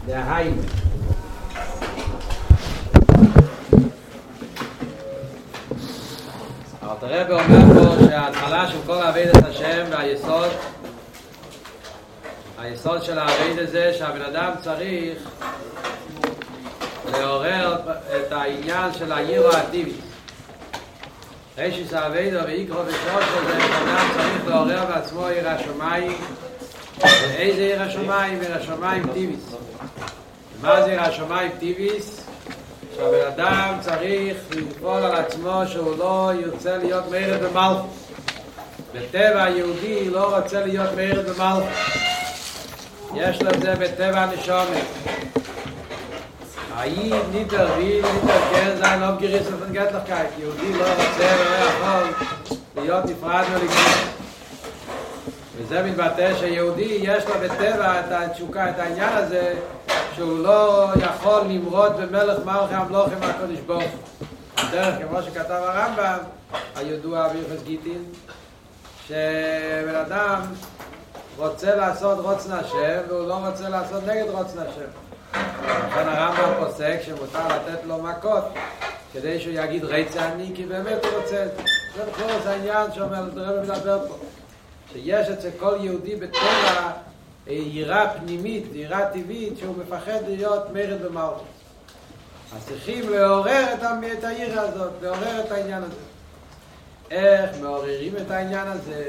דהיינו. הרב אומר פה שההתחלה של כל עבודת השם והיסוד של העבודה זה שהבן אדם צריך לעורר את העניין של העיר הטבעי. רשיס העבודה ויקרא ושורש הזה, הבן אדם צריך לעורר בעצמו עיר השמיים. ואיזה עיר השמיים? עיר השמיים טבעיס. מה זה עיר השמיים טבעיס? שהבן אדם צריך לפעול על עצמו שהוא לא ירצה להיות מרד במלכות. בטבע היהודי לא רוצה להיות מרד במלכות. יש לו זה בטבע הנשמה. היי ניטר כן זה לא גריס לפנגט לך קייט. יהודי לא רוצה ולא יכול להיות נפרד מלכות. וזה מתבטא שיהודי יש לו בטבע את התשוקה, את העניין הזה שהוא לא יכול למרוד במלך מלכי המלוכים הקדוש ברוך הוא. דרך כמו שכתב הרמב"ם הידוע ביחס גיטין, שבן אדם רוצה לעשות רוצן השם והוא לא רוצה לעשות נגד רוצן השם. לכן הרמב"ם פוסק שמותר לתת לו מכות כדי שהוא יגיד רצה אני, כי באמת הוא רוצה. זה בכלל זה העניין שאומר הרב מדבר פה, שיש אצל כל יהודי בטבע יראה פנימית, יראה טבעית, שהוא מפחד להיות מרד במלכות. אז צריכים לעורר את העיר הזאת, לעורר את העניין הזה. איך מעוררים את העניין הזה?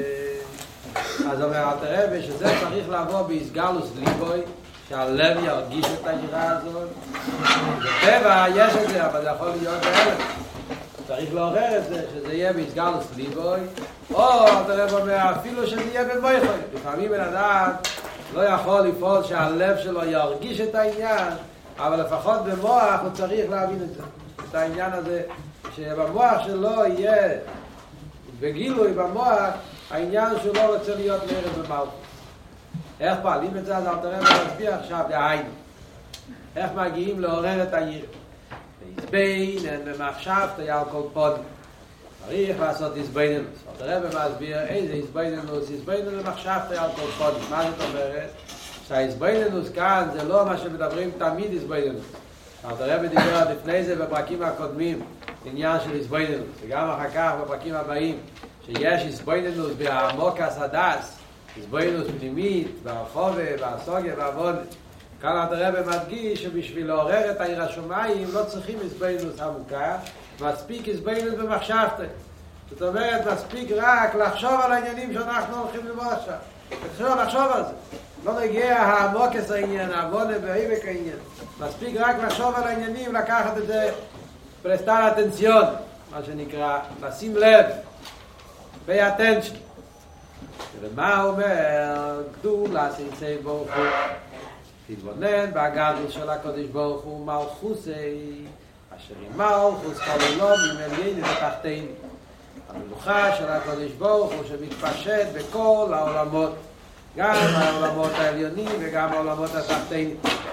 אז אומר תראה שזה צריך לעבור בהסגלוס ליבוי, שהלב ירגיש את העירה הזאת. בטבע יש את זה, אבל זה יכול להיות בהלם. צריך לעורר את זה, שזה יהיה בהסגלוס ליבוי, או תראה אומר, אפילו שזה יהיה במויכוי. לפעמים בן אדם לא יכול לפעול שהלב שלו ירגיש את העניין, אבל לפחות במוח הוא צריך להבין את זה. את העניין הזה, שבמוח שלו יהיה בגילוי במוח, העניין שהוא לא רוצה להיות מרד במלכות. איך פעלים את זה? אז אל תראה להסביר עכשיו, דהיינו. איך מגיעים לעורר את העיר? בהסבינן במחשבת על כל פונים. צריך לעשות הסביננות. אל תראה ומסביר איזה הסביננות. הסביננות במחשבת על כל פונים. מה זאת אומרת? שההסביננות כאן זה לא מה שמדברים תמיד הסביננות. אל תראה ודיבר לפני זה בפרקים הקודמים, עניין של הסביננות. וגם אחר כך בפרקים הבאים, שיש הסביננות בעמוק הסדס, הסביננות פנימית, בהרחובה, בהסוגיה, בעבודה. כאן הרב מדגיש שבשביל לעורר את העיר השמיים לא צריכים הסביננות עמוקה, מספיק הסביננות במחשבת. זאת אומרת, מספיק רק לחשוב על העניינים שאנחנו הולכים ללמוד עכשיו. לחשוב על זה. לא נגיע העמוקס העניין, העבודה והעיבק העניין. מספיק רק לחשוב על העניינים, לקחת את זה פרסטר אטנציון, מה שנקרא, לשים לב, pay attention. ומה אומר? גדולה סייצי ברוך הוא. תתבונן בהגדלות של הקדוש ברוך הוא מלכוסי, אשר היא מלכוס כלולו ממעליין ותחתינו. המלוכה של הקדוש ברוך הוא שמתפשט בכל העולמות, גם העולמות העליונים וגם העולמות התחתינים.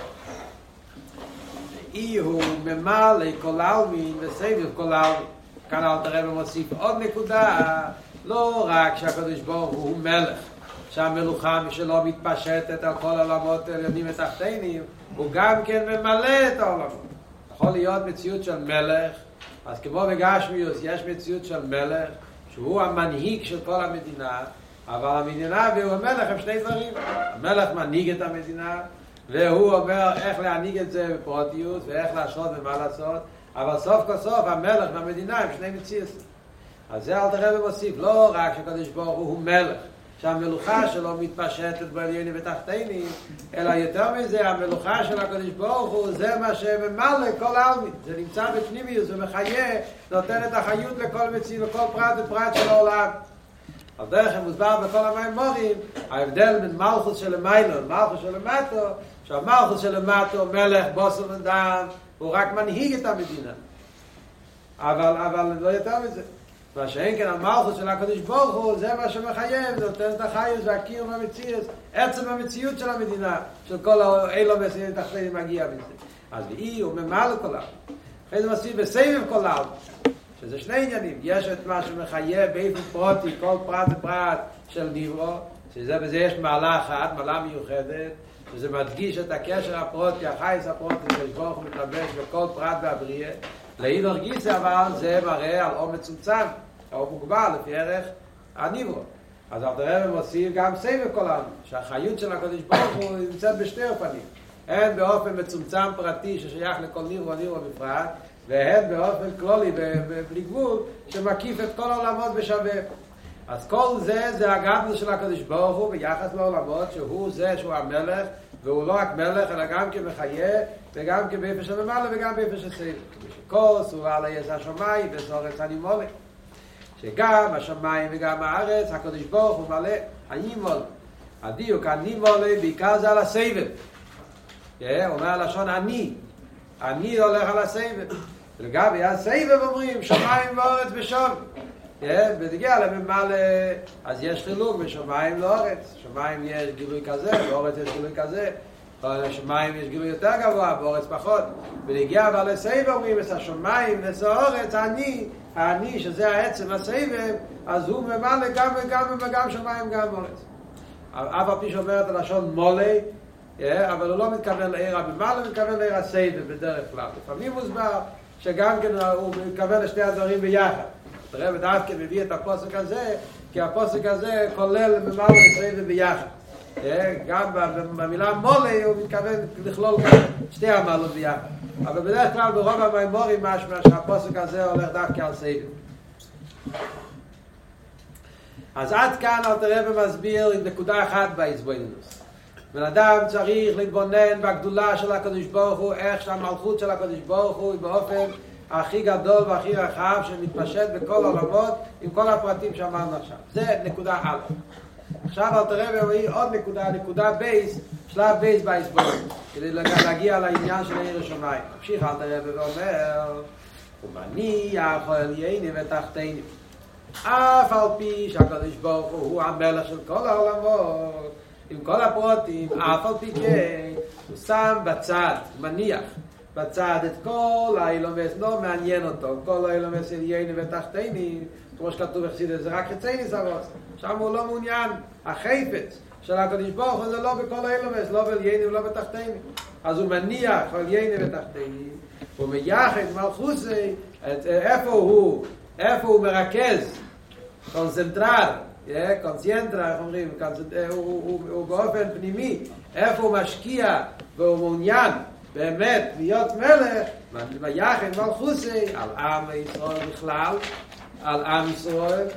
ואי הוא ממלא כל העלמין וסבב כל העלמין. כאן אל תראה ומוסיף עוד נקודה, לא רק שהקדוש ברוך הוא מלך, שהמלוכה משלו מתפשטת על כל העולמות העליונים ותחתינים, הוא גם כן ממלא את העולמות. יכול להיות מציאות של מלך, אז כמו בגשמיוס יש מציאות של מלך, שהוא המנהיג של כל המדינה, אבל המדינה והוא המלך הם שני דברים. המלך מנהיג את המדינה, והוא אומר איך להנהיג את זה בפרוטיות, ואיך לעשות ומה לעשות, אבל סוף כל סוף המלך והמדינה הם שני מציאות. אז זה אל תראה ומוסיף, לא רק שהקדוש ברוך הוא מלך, שהמלוכה שלו מתפשטת בעליינים ותחתינים, אלא יותר מזה, המלוכה של הקדוש ברוך הוא זה מה שממלא כל העלמין. זה נמצא בפנימיות ומחיה, נותן את החיות לכל מציאות, לכל פרט ופרט של העולם. על דרך המוסבר בכל המימורים, ההבדל בין מלכוס של מיילו ומלכוס של למטו, שהמלכוס של למטו, מלך, בוסר ודם, הוא רק מנהיג את המדינה. אבל לא יותר מזה. מה שאין כן המלכות של הקדוש ברוך הוא, זה מה שמחייב, זה נותן את החיות והקיום המציאות, עצם המציאות של המדינה, של כל האילו מסיים תחתינים מגיע מזה. אז ואי הוא ממלא כל העם. אחרי זה מוסיף בסבב כל העם, שזה שני עניינים. יש את מה שמחייב באופן פרוטי, כל פרט ופרט של נברו, שזה בזה יש מעלה אחת, מעלה מיוחדת, שזה מדגיש את הקשר הפרוטי, החייס הפרוטי, שברוך הוא מתלבש בכל פרט והבריאה. להידור גיסא אבל זה מראה על אור מצומצם, או מוגבל לפי ערך הניברו. אז הרב מוסיף גם סבב כל העם, שהחיות של הקדוש ברוך הוא נמצאת בשתי אופנים. הן באופן מצומצם פרטי ששייך לכל ניברו בפרט, והן באופן כללי בלי גבול שמקיף את כל העולמות בשווה. אז כל זה הגדלות של הקדוש ברוך הוא ביחס לעולמות, שהוא זה שהוא המלך, והוא לא רק מלך אלא גם כמחיה וגם כבאיפה של ממלא וגם באיפה של סבב. כוס הוא על היש השמיים וסורץ הנימולק, שגם השמיים וגם הארץ הקדוש ברוך הוא מלא הנימול. הדיוק הנימול בעיקר זה על הסבב. אומר הלשון אני הולך על הסבב. ולגבי הסבב אומרים שמיים ואורץ בשווה. בדגיע לממלא, אז יש חילוק בשמיים לאורץ. שמיים יש גילוי כזה, באורץ יש גילוי כזה. בשמיים יש גילוי יותר גבוה, באורץ פחות. בדגיע אבל הסבב אומרים את השמיים ואת האורץ, אני שזה העצם הסבב, אז הוא ממלא גם שמיים גם אורץ. אף על פי שאומרת הלשון מולי, אבל הוא לא מתכוון לעיר הממלא, הוא מתכוון לעיר הסבב בדרך כלל. לפעמים מוסבר שגם כן הוא מתכוון לשתי הדברים ביחד. הרב דווקא מביא את הפוסק הזה, כי הפוסק הזה כולל ממלא וסבב ביחד. גם במילה מולי הוא מתכוון לכלול שתי המעלות ביחד. אבל בדרך כלל ברוב המימורים משמע שהפוסק הזה הולך דווקא על סבב. אז עד כאן הרב מסביר עם נקודה אחת בהתבוננות. בן אדם צריך להתבונן בגדולה של הקדוש ברוך הוא, איך שהמלכות של הקדוש ברוך הוא באופן הכי גדול והכי רחב שמתפשט בכל העולמות עם כל הפרטים שאמרנו עכשיו. זה נקודה א'. עכשיו הרב מביא עוד נקודה בייס, שלב בייס בהתבוננות, כדי להגיע לעניין של עיר השמיים. ממשיך הרב ואומר, ומניח עלייני ותחתיני, אף על פי שהקדוש ברוך הוא המלך של כל העולמות עם כל הפרוטים, אף על פי כן הוא שם בצד, מניח בצד את כל האילומס, לא מעניין אותו, כל האילומס עלייני ותחתיני, כמו שכתוב בחסידות, זה רק חצי סבוס, שם הוא לא מעוניין. החפץ של הקדוש ברוך הוא זה לא בכל האילומס, לא בעלייני ולא בתחתיני. אז הוא מניח עלייני ותחתיני, הוא מייחד מלכוסי, איפה הוא מרכז, קונצנטרר, קונצנטרה, איך אומרים, הוא באופן פנימי, איפה הוא משקיע והוא מעוניין באמת להיות מלך, מייחד מלכוסי על עם ישראל בכלל, על עם ישראל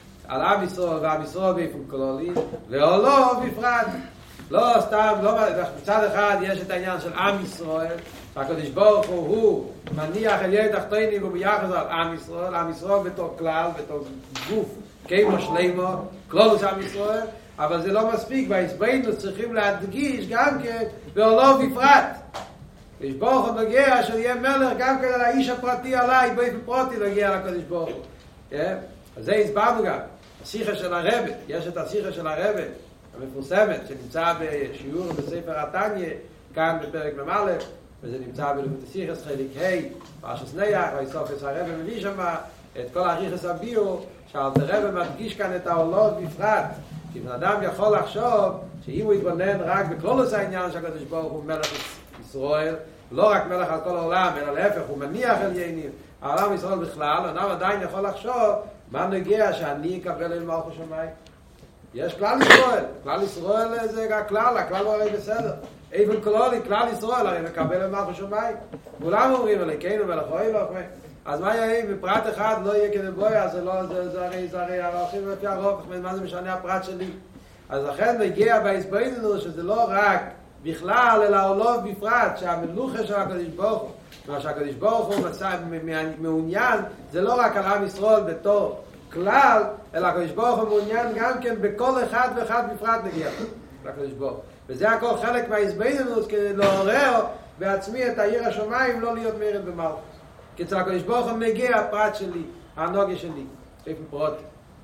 ועם ישראל באופן כללי, ועולו בפרט. לא סתם, מצד אחד יש את העניין של עם ישראל, שהקדוש ברוך הוא מניח עליי תחתיני וביחד על עם ישראל בתור כלל, בתור גוף, כמו שלמה, כלולוס עם ישראל, אבל זה לא מספיק, בהתבוננות צריכים להדגיש גם כן ועולו בפרט. הקדוש ברוך הוא נוגע שיהיה מלך גם כן על האיש הפרטי עליי, באופן פרוטי נוגע לקדוש ברוך הוא. אז זה הסברנו גם. השיחה של הרב, יש את השיחה של הרב המפורסמת שנמצא בשיעור בספר התניא, כאן בפרק ממלא, וזה נמצא בלימוד השיחס חלק ה' פרשת נח, ויסופס הרב מביא שם את כל הריחס הביור, שהרב מדגיש כאן את העולות בפרט, כי בן אדם יכול לחשוב שאם הוא יתבונן רק בכלולוס העניין שהקדוש ברוך הוא מלך ישראל, לא רק מלך על כל העולם, אלא להפך, הוא מניח עליינים, העולם ישראל בכלל, אדם עדיין יכול לחשוב מה נגיע שאני אקבל אל מלכות שמיים. יש כלל ישראל זה הכלל הוא הרי בסדר. איבן כללי, כלל ישראל הרי מקבל אל מלכות שמיים. כולם אומרים אלוקינו מלכוי ואחרי. אז מה יהיה אם בפרט אחד לא יהיה כדי בויה, זה הרי הולכים לפי הרוב, מה זה משנה הפרט שלי. אז לכן נגיע בהתבוננות שזה לא רק בכלל אלא עולו בפרט, שהמלוכה של הקדוש ברוך הוא, מה שהקדוש ברוך הוא מעוניין, זה לא רק על עם ישראל בתור כלל, אלא הקדוש ברוך הוא מעוניין גם כן בכל אחד ואחד בפרט נגיע לקדוש ברוך הוא. וזה הכל חלק מההתבוננות כדי לעורר בעצמי את העיר השמיים, לא להיות מרד במלכות. כי אצל הקדוש ברוך הוא מגיע הפרט שלי, הנוגע שלי, איפה פרוט.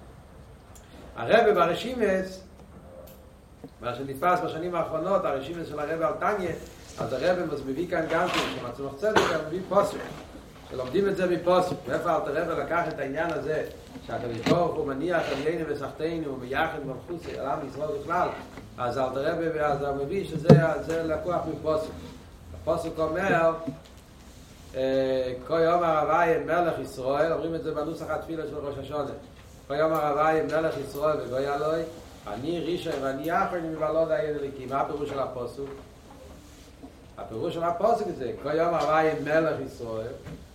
הרב ברשימס, מה שנתפס בשנים האחרונות, הרשימס של הרב על תניא, אז הרב מביא כאן גם כן, שמצמח צדק, מביא פוסק, שלומדים את זה מפוסק. ואיפה אלתר רבי לקח את העניין הזה, שהקדוש ברוך הוא מניח עליינו וסחתנו ומייחד מלכות על עם ישראל בכלל, אז אלתר רבי ואז הוא מביא שזה לקוח מפוסק. הפוסק אומר, כל יום הרבי מלך ישראל, אומרים את זה בנוסח התפילה של ראש השונה, כל יום הרבי מלך ישראל וגוי אלוהי, אני ראשון ואני יחד מבלעוד העין אלוקים. מה הפירוש של הפוסק? הפירוש של הפוסק זה, כל יום הרבי מלך ישראל,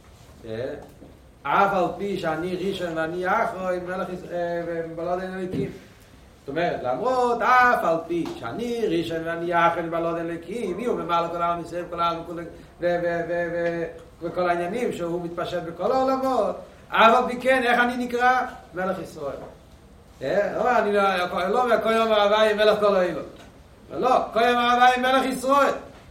אף על פי שאני ראשון ואני אחרון מלך בלעוד אין אלוקים. זאת אומרת, למרות אף על פי שאני ראשון ואני אחרון בלעוד אין אלוקים, מי הוא ממלא כל העם ישראל, כל העם וכל העניינים שהוא מתפשט בכל העולמות, אף על פי כן, איך אני נקרא? מלך ישראל. אני לא אומר כל יום הרבי מלך כל העולם. לא, כל יום הרבי מלך ישראל.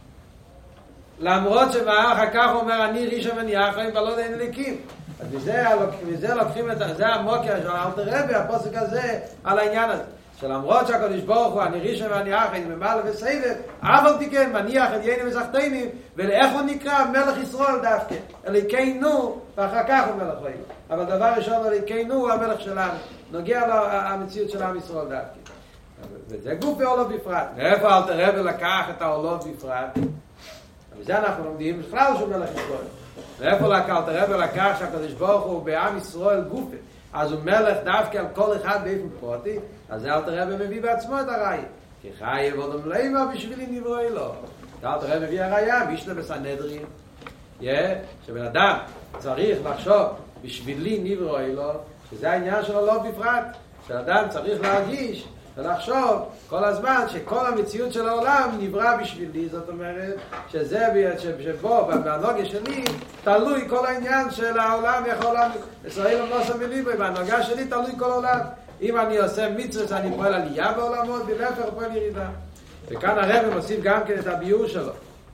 למרות אחר כך הוא אומר, אני ראשון ואני אחרון בלעוד אין אלוקים. אז מזה לוקחים זה המוקר של אלתר רבי, הפוסק הזה, על העניין הזה. שלמרות שהקדוש ברוך הוא, אני ראשון ואני אחרון, ממלא וסבב, אף על פי כן מניח את עליינו וסחתנו, ולאיך הוא נקרא? מלך ישראל דווקא. אלוקינו, ואחר כך הוא מלך העולם. אבל דבר ראשון, אלוקינו הוא המלך שלנו. נוגע למציאות של עם ישראל דווקא. וזה גוף ועולו בפרט. מאיפה אלתר רבי לקח את העולו בפרט? וזה אנחנו לומדים בכלל שהוא מלך ישראל. ואיפה אלתר רבי לקח שהקדוש ברוך הוא בעם ישראל גופה, אז הוא מלך דווקא על כל אחד באופן פרטי, אז זה אלתר רבי מביא בעצמו את הראיה. כי חייב אדם לימה בשבילי נברא אלוה. אלתר רבי מביא הראיה, משנה בסנהדרין, שבן אדם צריך לחשוב בשבילי נברא אלוה, שזה העניין שלו לא בפרט, שאדם צריך להרגיש ולחשוב כל הזמן שכל המציאות של העולם נברא בשבילי. זאת אומרת שבו בהנהגה שלי תלוי כל העניין של העולם, איך העולם ישראל לא שם בליבו, בהנהגה שלי תלוי כל העולם. אם אני עושה מצווה אני פועל עלייה בעולמות, ולהפך פועל ירידה. וכאן הרב מוסיף גם כן את הביור שלו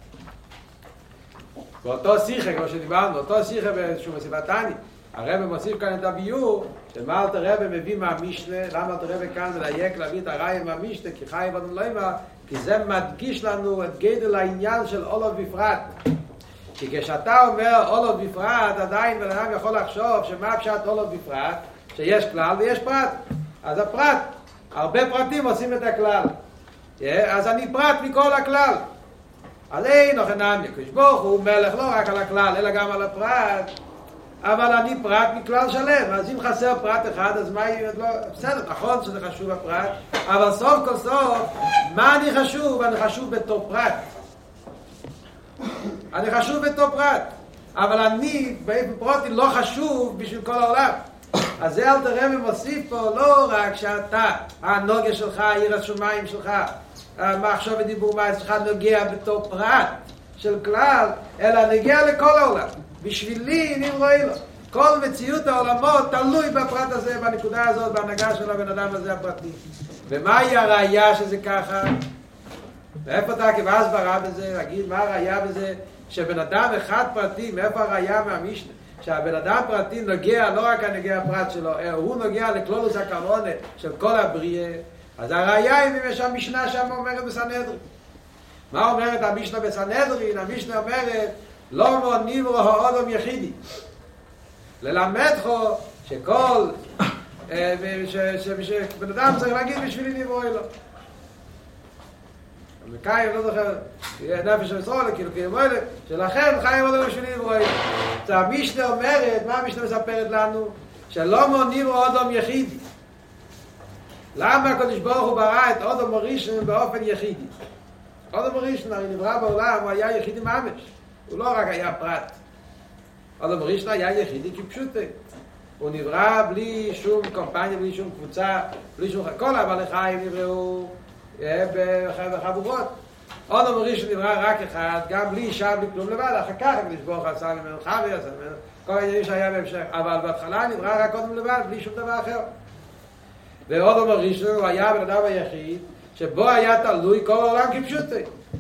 באותו שיחה, כמו שדיברנו, אותו שיחה שהוא מוסיף התני, הרב מוסיף כאן את הביור שמה אלתר רבי מביא מהמשנה. למה אלתר רבי כאן מדייק להביא את הראיה מהמשנה? כי חייב אדם לימה, כי זה מדגיש לנו את גדול העניין של עולו בפרט. כי כשאתה אומר עולו בפרט, עדיין בן אדם יכול לחשוב שמה פשט עולו בפרט? שיש כלל ויש פרט. אז הפרט, הרבה פרטים עושים את הכלל, אז אני פרט מכל הכלל. עלי נוחנם הקדוש ברוך הוא מלך לא רק על הכלל אלא גם על הפרט, אבל אני פרט מכלל שלם. אז אם חסר פרט אחד, אז מה יהיה? לא, בסדר, נכון שזה חשוב הפרט, אבל סוף כל סוף, מה אני חשוב? אני חשוב בתור פרט. אני חשוב בתור פרט, אבל אני בפרוטי לא חשוב בשביל כל העולם. אז זה אלתר רבי מוסיף פה לא רק שאתה, הנוגה שלך, עיר השמיים שלך, מחשוב ודיבור מה שלך נוגע בתור פרט של כלל, אלא נוגע לכל העולם. בשבילי נברא אלוה. כל מציאות העולמות תלוי בפרט הזה, בנקודה הזאת, בהנהגה של הבן אדם הזה הפרטי. ומהי הראיה שזה ככה? ואיפה אתה כבאז ברא בזה? להגיד מה הראיה בזה? שבן אדם אחד פרטי, מאיפה הראיה מהמשנה? שהבן אדם פרטי נוגע לא רק הנוגע הפרט שלו, הוא נוגע לכלולוס הקרונה של כל הבריאה. אז הראיה היא שהמשנה שם אומרת בסנהדרין. מה אומרת המשנה בסנהדרין? המשנה אומרת לא נברא האדם יחידי. ללמדך שכל שבן אדם צריך להגיד בשבילי נברא אלוה. המקיים לא זוכר נפש של ישראל כאילו מוילה שלכן חיים אדם בשבילי נברא אלוה. אז המשנה אומרת, מה המשנה מספרת לנו? שלא נברא האדם יחידי. למה הקדוש ברוך הוא ברא את אדם הראשון באופן יחידי? אדם הראשון הרי נברא בעולם, הוא היה יחידי ממש, הוא לא רק היה פרט. אדם הראשון היה יחידי כפשוטו, הוא נברא בלי שום קומפניה, בלי שום קבוצה, בלי שום כל הבעלי חיים נבראו בחבורות. אדם הראשון נברא רק אחד, גם בלי אישה, בלי כלום לבד. אחר כך הקדוש ברוך הוא עשה ממנו חווי, עשה ממנו כל העניינים שהיה בהמשך, אבל בהתחלה נברא רק אדם לבד, בלי שום דבר אחר. ואדם הראשון הוא היה בן אדם היחיד שבו היה תלוי כל העולם כפשוטו.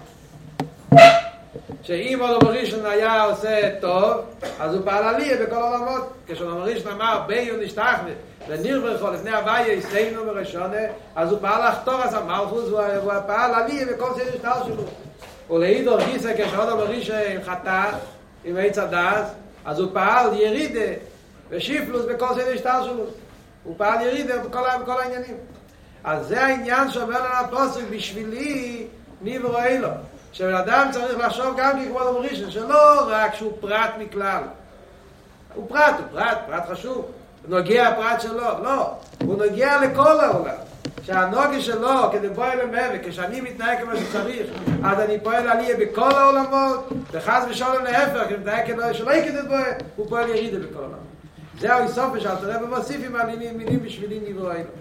שאם אדם הראשון היה עושה טוב, אז הוא פעל עלייה בכל העולמות. כשאדם הראשון אמר ביו נשתחווה ונרברכו לפני הוויה יסיינו מראשונה, אז הוא פעל לחתור אז המלכות, והוא פעל עלייה בכל סדר שטר שלו. ולהידור גיסא כשאדם הראשון חטא עם עץ הדעת, אז הוא פעל ירידה ושיפלוס בכל סדר השטר שלו. הוא פעל ירידה בכל העניינים. אז זה העניין שאומר לנו הפוסק, בשבילי נברא אלו. שבן אדם צריך לחשוב גם ככבוד המורישן, שלא רק שהוא פרט מכלל. הוא פרט חשוב. הוא נוגע הפרט שלו, לא. הוא נוגע לכל העולם. שהנוגע שלו, כדי בוא אל המהווה, כשאני מתנהג כמו שצריך, אז אני פועל עלייה בכל העולמות, וחס ושלום להפך, כי מתנהג כמו שלא יקדד בו, הוא פועל ירידה בכל העולם. זהו איסוף שאתה רב מוסיפים על מילים בשבילי נברא אלו.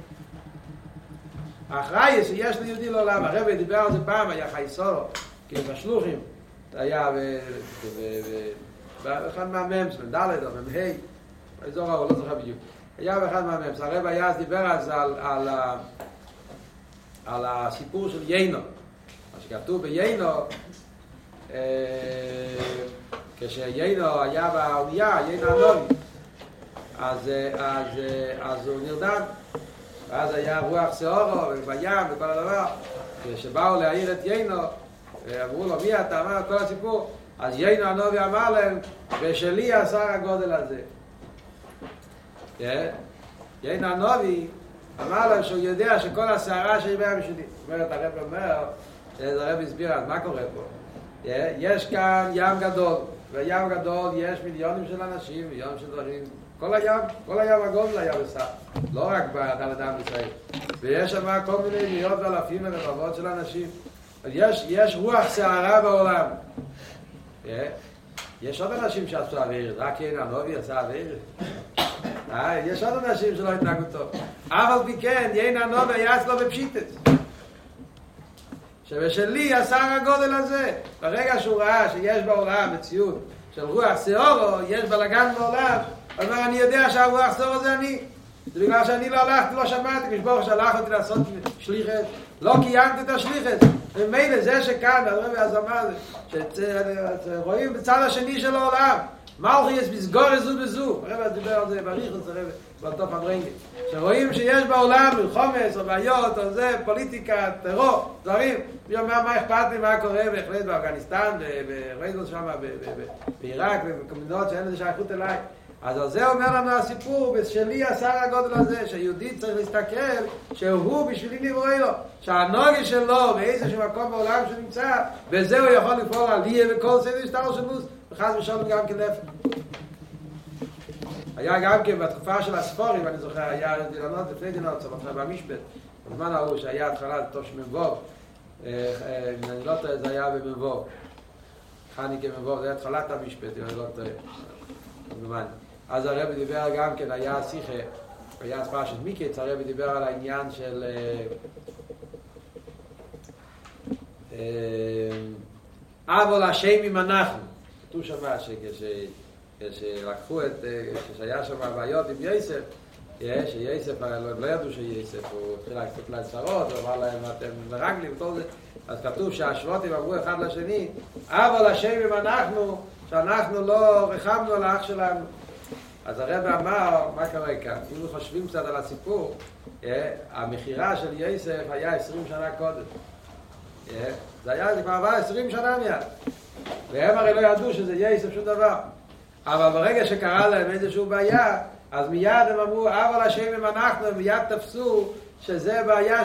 האחראי שיש ליהודי לעולם, הרב דיבר על זה פעם, היה חייסורו, כאילו בשלוחים, היה באחד מהממס, ד' או ממהי, באזור ההוא, לא זוכר בדיוק. היה באחד מהממס, הרב היה אז דיבר אז על הסיפור של יינו, מה שכתוב ביינו, כשיינו היה באונייה, יינו הנובי, אז הוא נרדם, ואז היה רוח סעורו ובים וכל הדבר, כשבאו להעיר את יינו, אמרו לו מי אתה, אמר כל הסיפור, אז יינו הנובי אמר להם, ושלי השר הגודל הזה. יינו הנובי אמר להם שהוא יודע שכל השערה שהיא באה בשבילי. זאת אומרת, הרב אומר, הרב הסביר אז מה קורה פה. יש כאן ים גדול, וים גדול יש מיליונים של אנשים, מיליונים של דברים, כל הים הגודל היה בסך, לא רק באדם ישראל. ויש שם כל מיני מאות ואלפים ורבבות של אנשים. יש רוח שערה בעולם. יש עוד אנשים שעשו עבירת, רק יינו הנובי עשה עבירת. יש עוד אנשים שלא התנהגו טוב. אבל בכן, יינו הנובי היה אצלו בפשיטת. שבשלי השר הגודל הזה, ברגע שהוא ראה שיש בעולם מציאות של רוח סעורו, יש בלגן בעולם, הוא אומר, אני יודע שהרוח סעורו זה אני. זה בגלל שאני לא הלכתי, לא שמעתי, כשברוך שלח אותי לעשות שליחת, לא קיימתי את השליחת. ומילא זה שכאן, אז אמר, שרואים בצד השני של העולם, מלכי יש מסגור זו בזו. הרב דיבר על זה בריחוס, הרב בלטוף אמרינגי. שרואים שיש בעולם מלחומס או בעיות או זה, פוליטיקה, טרור, דברים. מה אכפת לי מה קורה בהחלט באפגניסטן, וראינו שם בעיראק, ובמדינות שאין לזה שייכות אליי. אז על זה אומר לנו הסיפור, בשלי השר הגודל הזה, שיהודי צריך להסתכל שהוא בשבילי נברא אלו, שהנוגע שלו באיזשהו מקום בעולם שנמצא, בזה הוא יכול לפעול עלייה וכל סדר השטר שלוס, וחס ושלום גם כלפת. היה גם כן בתקופה של הספורים, אני זוכר, היה דילנות לפני דילנות, במשפט, בזמן ההוא שהיה התחלה טוב שמבוב, אני לא טועה, זה היה במבוב, חניקה מבוב, זה היה התחלת המשפט, אני לא טועה. אז הרב דיבר גם כן, היה שיחה, היה הספרה של מיקץ, הרב דיבר על העניין של אבל השם אם אנחנו. כתוב שמה כשלקחו את, כשהיה שם הבעיות עם יוסף, שיוסף, לא ידעו שיוסף, הוא התחיל לקצת להצהרות, הוא אמר להם, אתם מרגלים, כל זה, אז כתוב שהשבטים אמרו אחד לשני, אבל השם אם אנחנו, שאנחנו לא רחמנו על האח שלנו. אז הרב אמר, מה קורה כאן? אם חושבים קצת על הסיפור, המחירה של יוסף היה 20 שנה קודם. זה כבר עבר 20 שנה מיד. והם הרי לא ידעו שזה יוסף שום דבר. אבל ברגע שקרה להם איזשהו בעיה, אז מיד הם אמרו, אבל השם אם אנחנו, מיד תפסו שזה בעיה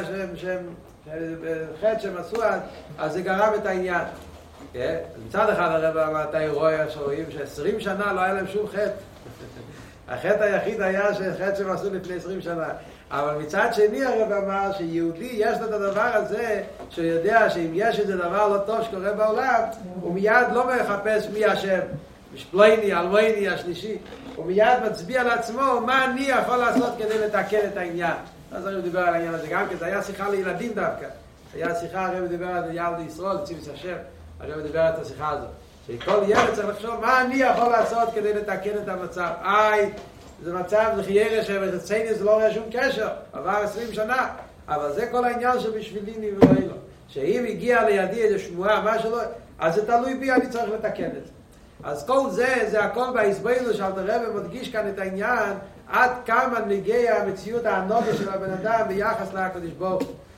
חטא שהם עשו אז זה גרם את העניין. מצד אחד הרב אמר, אתה רואה שרואים ש20 שנה לא היה להם שום חטא. החטא היחיד היה שחטא שהם עשו לפני 20 שנה. אבל מצד שני הרב אמר שיהודי יש לו את הדבר הזה, שיודע שאם יש איזה דבר לא טוב שקורה בעולם, הוא מיד לא מחפש מי השם, משפלייני, אלמייני, השלישי. הוא מיד מצביע לעצמו מה אני יכול לעשות כדי לתקן את העניין. אז הרב דיבר על העניין הזה גם, כי זה היה שיחה לילדים דווקא. היה שיחה, הרב דיבר על ילד ישראל, ציווס השם. הרב דיבר את השיחה הזאת. שכל ילד צריך לחשוב מה אני יכול לעשות כדי לתקן את המצב. זה מצב, זה חיירה שבחצייני זה לא רואה שום קשר. עבר 20 שנה. אבל זה כל העניין שבשבילי נברא אלו. שאם הגיע לידי איזו שמועה, מה שלא, אז זה תלוי בי, אני צריך לתקן את זה. אז כל זה הכל בהסבילו שאלתר רב מדגיש כאן את העניין, עד כמה נגיע המציאות הענוגה של הבן אדם ביחס לקדוש ברוך הוא.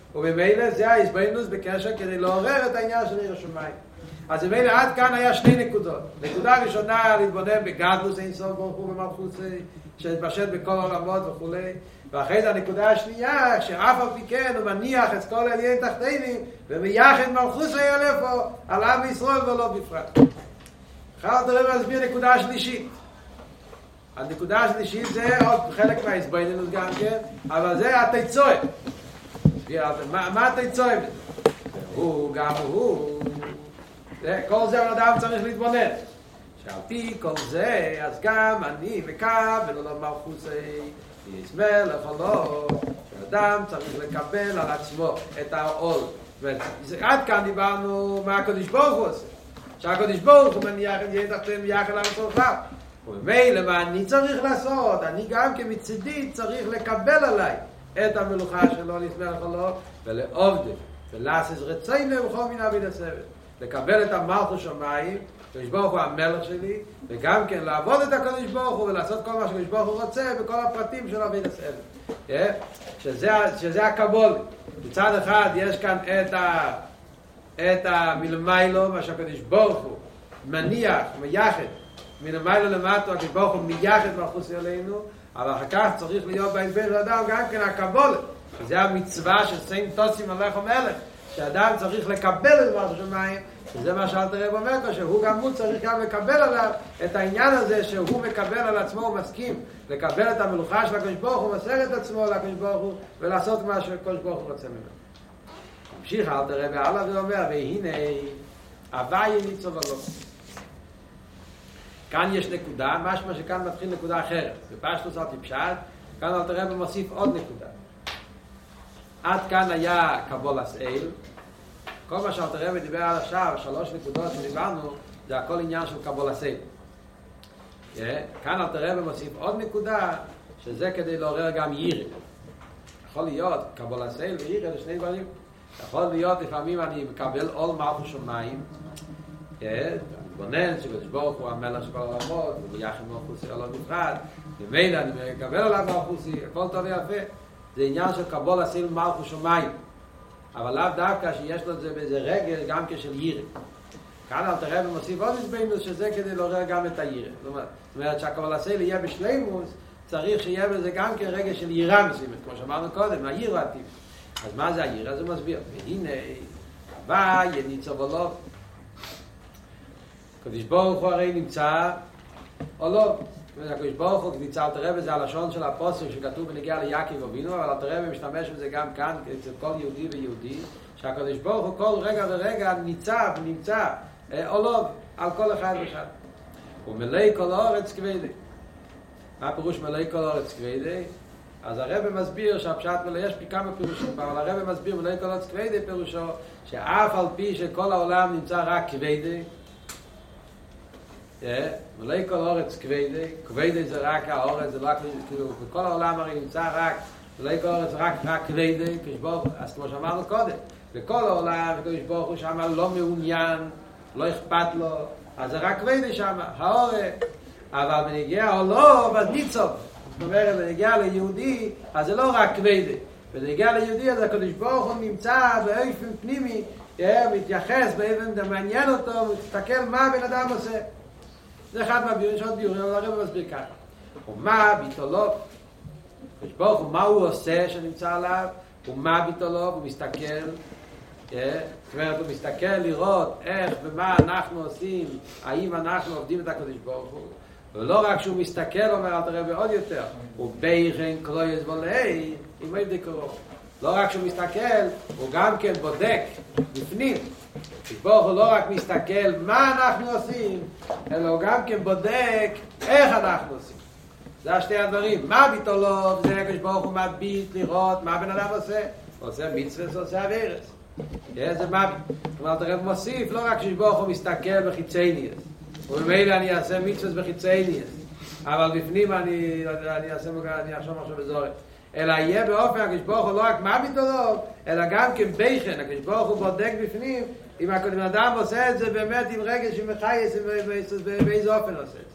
ובמילא זה ההסבינוס בקשר כדי לעורר את העניין של עיר השמיים. אז במילא עד כאן היה שני נקודות. נקודה ראשונה להתבונן בגדלוס אין סוף ברוך הוא במלכות שהתפשט בכל העולמות וכו'. ואחרי זה הנקודה השנייה, שאף על פי כן הוא מניח את כל העליין תחתינים ומייחד מלכות היאלף על עם ישראל ולא בפרט. אחר תראה להסביר נקודה שלישית. הנקודה השלישית זה עוד חלק מההסבינוס גם כן, אבל זה התיצורת. מה התיצורת? הוא גם הוא. כל זה אדם צריך להתבונן. שעל פי כל זה, אז גם אני מקבל ולא מלכות יש מלך או לא, שאדם צריך לקבל על עצמו את העול. עד כאן דיברנו מה הקדוש ברוך הוא עושה. שהקדוש ברוך הוא מניח את יהיה תחתיהם יחד על הצורך. ומילא מה אני צריך לעשות? אני גם כמצדי צריך לקבל עליי את המלוכה שלו לסמלך או לא, ולעובד, ולעשות רצינו בכל מיני עביד הסבל. לקבל את המלכות שמיים, הקדוש ברוך הוא המלך שלי, וגם כן לעבוד את הקדוש ברוך הוא ולעשות כל מה שקדוש ברוך הוא רוצה בכל הפרטים של עביד הסבל. שזה הקבול. מצד אחד יש כאן את המלמיילו, מה שהקדוש ברוך הוא מניח, מייחד, מלמיילו למטו, הקדוש ברוך הוא מייחד מלכות עלינו, אבל אחר כך צריך להיות בהסבר של אדם גם כן הקבול, שזה המצווה של סיים תוסים מלך ומלך, שאדם צריך לקבל את מלכות שמיים, שזה מה שאלתר רב אומר כאן, שהוא גם הוא צריך גם לקבל עליו את העניין הזה שהוא מקבל על עצמו, הוא מסכים לקבל את המלוכה של הקדוש ברוך הוא, מסר את עצמו לקדוש ברוך הוא ולעשות מה שהקדוש ברוך הוא רוצה ממנו. ממשיך אלתר רב הלאה ואומר, והנה הווי ניצוב עליו. כאן יש נקודה, משמע שכאן מתחיל נקודה אחרת. בפשטוס אל תפשט, כאן אלתר רב מוסיף עוד נקודה. עד כאן היה קבולת אל. כל מה שאלתר רב דיבר על עכשיו, 3 נקודות שדיברנו, זה הכל עניין של קבולת אל. כאן אלתר רב מוסיף עוד נקודה, שזה כדי לעורר גם יראה. יכול להיות קבולת אל ויראה לשני דברים. יכול להיות לפעמים אני מקבל עול מלכות שמיים, מתבונן שקדוש ברוך הוא המלך של כל העולמות, ומייחד מלכות עליו בפרט, ומילא אני מקבל עליו מלכות, הכל טוב ויפה. זה עניין של קבולת אל מלכות שמיים, אבל לאו דווקא שיש לו את זה באיזה רגל גם כשל יראה. כאן אלתר רב מוסיף עוד הסבינוס שזה כדי לעורר גם את היראה. זאת אומרת שהקבולת אל יהיה בשלימות, צריך שיהיה בזה גם כן רגל של יראה מסוימת, כמו שאמרנו קודם, היראה הטבעי. אז מה זה היראה? אז הוא מסביר. והנה, הווי ניצוב עליו. הקדוש ברוך הוא הרי נמצא עליו. הקדוש ברוך הוא נמצא אלתר רב, זה הלשון של הפוסק שכתוב בנגיעה ליעקב אבינו, אבל אלתר רב משתמש בזה גם כאן אצל כל יהודי ויהודי, שהקדוש ברוך הוא כל רגע ורגע נמצא עליו על כל אחד ואחד. ומלא כל הארץ כבדי. מה פירוש מלא כל הארץ כבדי? אז הרב מסביר שהפשט מלא, יש כמה פירושים, אבל הרב מסביר מלא כל הארץ כבדי פירושו שאף על פי שכל העולם נמצא רק כבדי, מלא כל הארץ כבדי זה רק הארץ, זה לא כאילו, בכל העולם הרי נמצא רק, מלא כל הארץ רק כבדי, אז כמו שאמרנו קודם, בכל העולם, הקדוש ברוך הוא שם לא מעוניין, לא אכפת לו, אז זה רק כבדי שם, הארץ, אבל בנגיע או לא, אז ניצוב. זאת אומרת, בנגיע ליהודי, אז זה לא רק כבדי. בנגיע ליהודי, אז הקדוש ברוך הוא נמצא באופן פנימי, מתייחס באופן, מעניין אותו, מסתכל מה הבן אדם עושה. זה אחד מהביורים, יש עוד ביורים, אבל הרב מסביר ככה. ומה ביטולו? הקדוש ברוך הוא, מה הוא עושה שנמצא עליו? ומה ביטולו? הוא מסתכל. זאת אומרת, הוא מסתכל לראות איך ומה אנחנו עושים, האם אנחנו עובדים את הקדוש ברוך הוא. ולא רק שהוא מסתכל, אומר אלתר רב עוד יותר, הוא בייכן קלויס ולאי, עם איזה קרוב. לא רק שהוא מסתכל, הוא גם כן בודק בפנים. ברוך הוא לא רק מסתכל מה אנחנו עושים, אלא הוא גם כן בודק איך אנחנו עושים. זה השתי הדברים. מה ביטולוב? זה כשברוך הוא מביט לראות מה בן אדם עושה. הוא עושה מצווה, הוא עושה עבירס. זה מה? זאת אומרת, הרב מוסיף, לא רק כשברוך הוא מסתכל בחיצייניאס. ובמילא אני אעשה מצווה בחיצייניאס. אבל בפנים אני אחשוב משהו בזורת. אלא יהיה באופן, כשברוך הוא לא רק מה ביטולוב, אלא גם כן בייכן. כשברוך הוא בודק בפנים, אם האדם עושה את זה באמת עם רגש, עם חייס, באיזה אופן עושה את זה.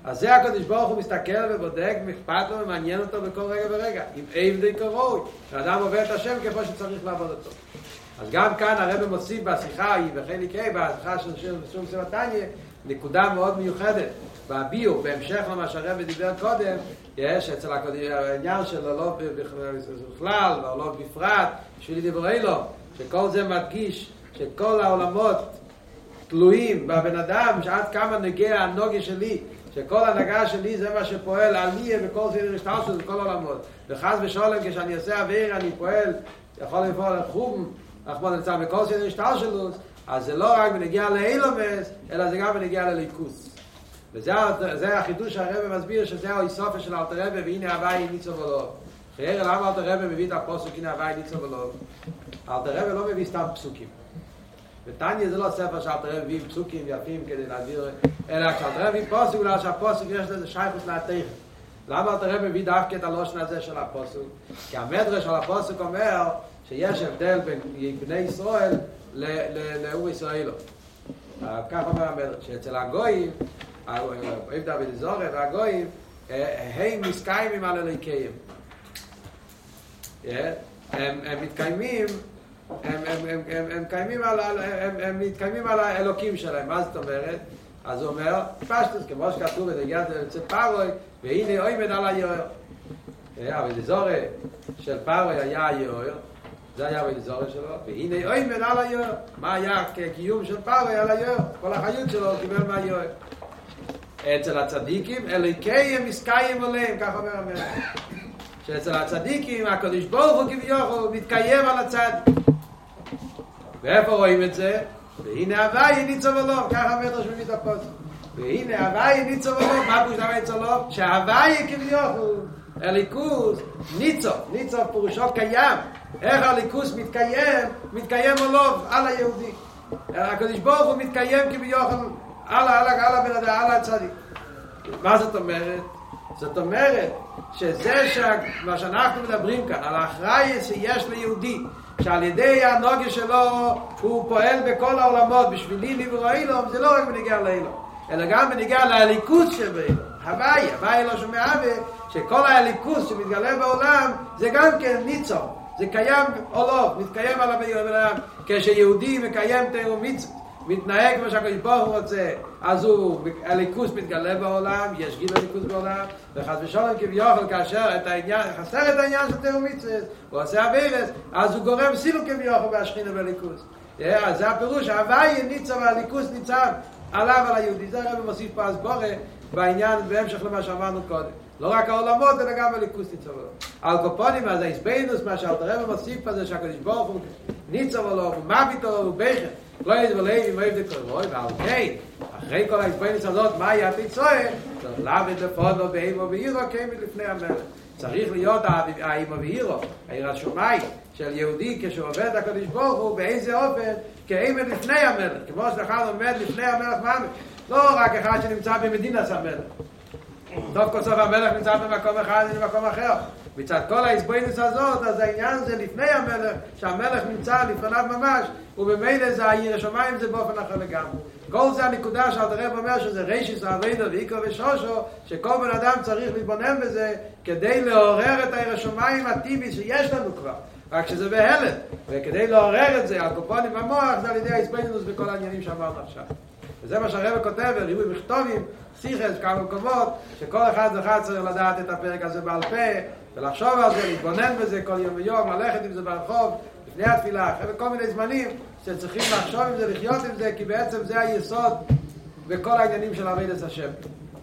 אז זה הקדוש ברוך הוא מסתכל ובודק, אכפת לו ומעניין אותו בכל רגע ורגע. אם עבדי כראוי, האדם עובד את השם כמו שצריך לעבוד אותו. אז גם כאן הרב מוסיף בשיחה היא בחלק ה' בשיחה של שום סבתניה, נקודה מאוד מיוחדת. בביור, בהמשך למה שהרב דיבר קודם, יש אצל העניין של הלא בכלל והלא בפרט, בשביל דברי לו, שכל זה מדגיש שכל העולמות תלויים בבן אדם, שעד כמה נגיע הנוגה שלי, שכל הנהגה שלי זה מה שפועל על מי וכל סדר השתלשלות בכל העולמות. וחס ושלום כשאני עושה אוויר אני פועל, יכול לפעול על חום, אנחנו נמצא בכל סדר השתלשלות, אז זה לא רק בנגיע לאילומס, אלא זה גם בנגיע לליכוס. וזה החידוש שהרבא מסביר שזה האיסופה של אלתר רבי, והנה הווי ניצוב ולא. חייר למה אלתר רבי מביא את הפסוק הנה הווי ניצוב ולא? אלתר רבי לא מביא סתם פסוקים. ותניא זה לא ספר שאלתר רבי מביא פסוקים יפים כדי להסביר, אלא כשאלתר רבי מביא פסוק, בגלל שהפסוק יש לזה שייכות להתכן. למה אלתר רבי מביא דווקא את הלושן הזה של הפסוק? כי המדרש של הפסוק אומר שיש הבדל בין בני ישראל לאור ישראלו. כך אומר המדרש, שאצל הגויים אוהב דוד זורי והגויים הם מסקיימים על אלוהיהם. הם מתקיימים הם מתקיימים על האלוקים שלהם. מה זאת אומרת? אז הוא אומר פשטוס כמו שכתוב בדגיעת אצל פרוי והנה עומד על היוער. אבל זורי של פרוי היה היוער, זה היה בזורי שלו, והנה עומד על היוער. מה היה כקיום של פרוי על היוער? כל החיות שלו הוא קיבל מהיוער. אצל הצדיקים אלוהיהם מסקיים עליהם, כך אומר המלך. שאצל הצדיקים הקדוש ברוך הוא כביכול מתקיים על הצדיק. ואיפה רואים את זה? והנה הווי ניצוב ולא, כך המדרש מביא את הפסוק. והנה הווי ניצוב ולא, מה פירוש הווי ניצוב ולא? שההווי כביכול הליכוס ניצוב פירושו קיים. איך הליכוס מתקיים עליו על היהודי. הקדוש ברוך הוא מתקיים כביכול על הבן אדם, על הצדיק. מה זאת אומרת? זאת אומרת שזה מה שאנחנו מדברים כאן, על האחראי שיש ליהודי, שעל ידי הנוגה שלו הוא פועל בכל העולמות, בשבילי נברא אילום, זה לא רק בנגיע לאילום, אלא גם בנגיע להליכוס שבאילום. הווי לא שומע שכל ההליכוס שמתגלה בעולם זה גם כן ניצור, זה קיים או לא, מתקיים על הבן אדם. כשיהודי מקיים תורה ומצוות, מתנהג כמו שהקדוש ברוך הוא רוצה, אז הליכוס מתגלה בעולם, יש גיל הליכוס בעולם, וחס ושלום כביכול כאשר חסר את העניין של תורה ומצוות, הוא עושה עבירות, אז הוא גורם סילוק כביכול בהשכינה בליכוס. אז זה הפירוש, ההווי ניצב והליכוס ניצב עליו על היהודי. זה הרב מוסיף פה הסבורה בעניין, בהמשך למה שאמרנו קודם. לא רק העולמות, אלא גם הליכוס ניצב עליו. על קופונים, אז ההסבינוס, מה שהרב מוסיף פה זה שהקדוש ברוך הוא ניצב עליו, הוא מביט עליו, הוא בכר. לא ידבר לב, אוהב דקורוי, ועל כן, אחרי כל ההסבינוס הזאת, מה היה פיצוי? לבת לפודו באימו ואירו, כמד לפני המלך. צריך להיות האימו ואירו, העיר השומאי של יהודי, כשהוא עובד הקדוש ברוך הוא, באיזה אופן, כאימד לפני המלך. כמו שאחד עומד לפני המלך ממש. לא רק אחד שנמצא במדינת המלך. טוב כל סוף המלך נמצא במקום אחד ובמקום אחר. מצד כל ההסבינוס הזאת, אז העניין זה לפני המלך, שהמלך נמצא לפניו ממש, ובמילא זה העיר השמיים, זה באופן אחר לגמרי. כל זה הנקודה שאלתר רבי אומר שזה רישיס העבודה ועיקר ושושו, שכל בן אדם צריך להתבונן בזה כדי לעורר את העיר השמיים הטבעי שיש לנו כבר, רק שזה בהלם. וכדי לעורר את זה על קופונים במוח, זה על ידי ההסבינוס בכל העניינים שאמרנו עכשיו. וזה מה שהרבא כותב, ריבוי מכתובים, שיחס, כמה מקומות, שכל אחד צריך לדעת את הפרק הזה בעל פה, ולחשוב על זה, להתבונן בזה כל יום ויום, ללכת עם זה ברחוב, לפני התפילה, אחרי כל מיני זמנים שצריכים לחשוב עם זה, לחיות עם זה, כי בעצם זה היסוד בכל העניינים של עבודת השם.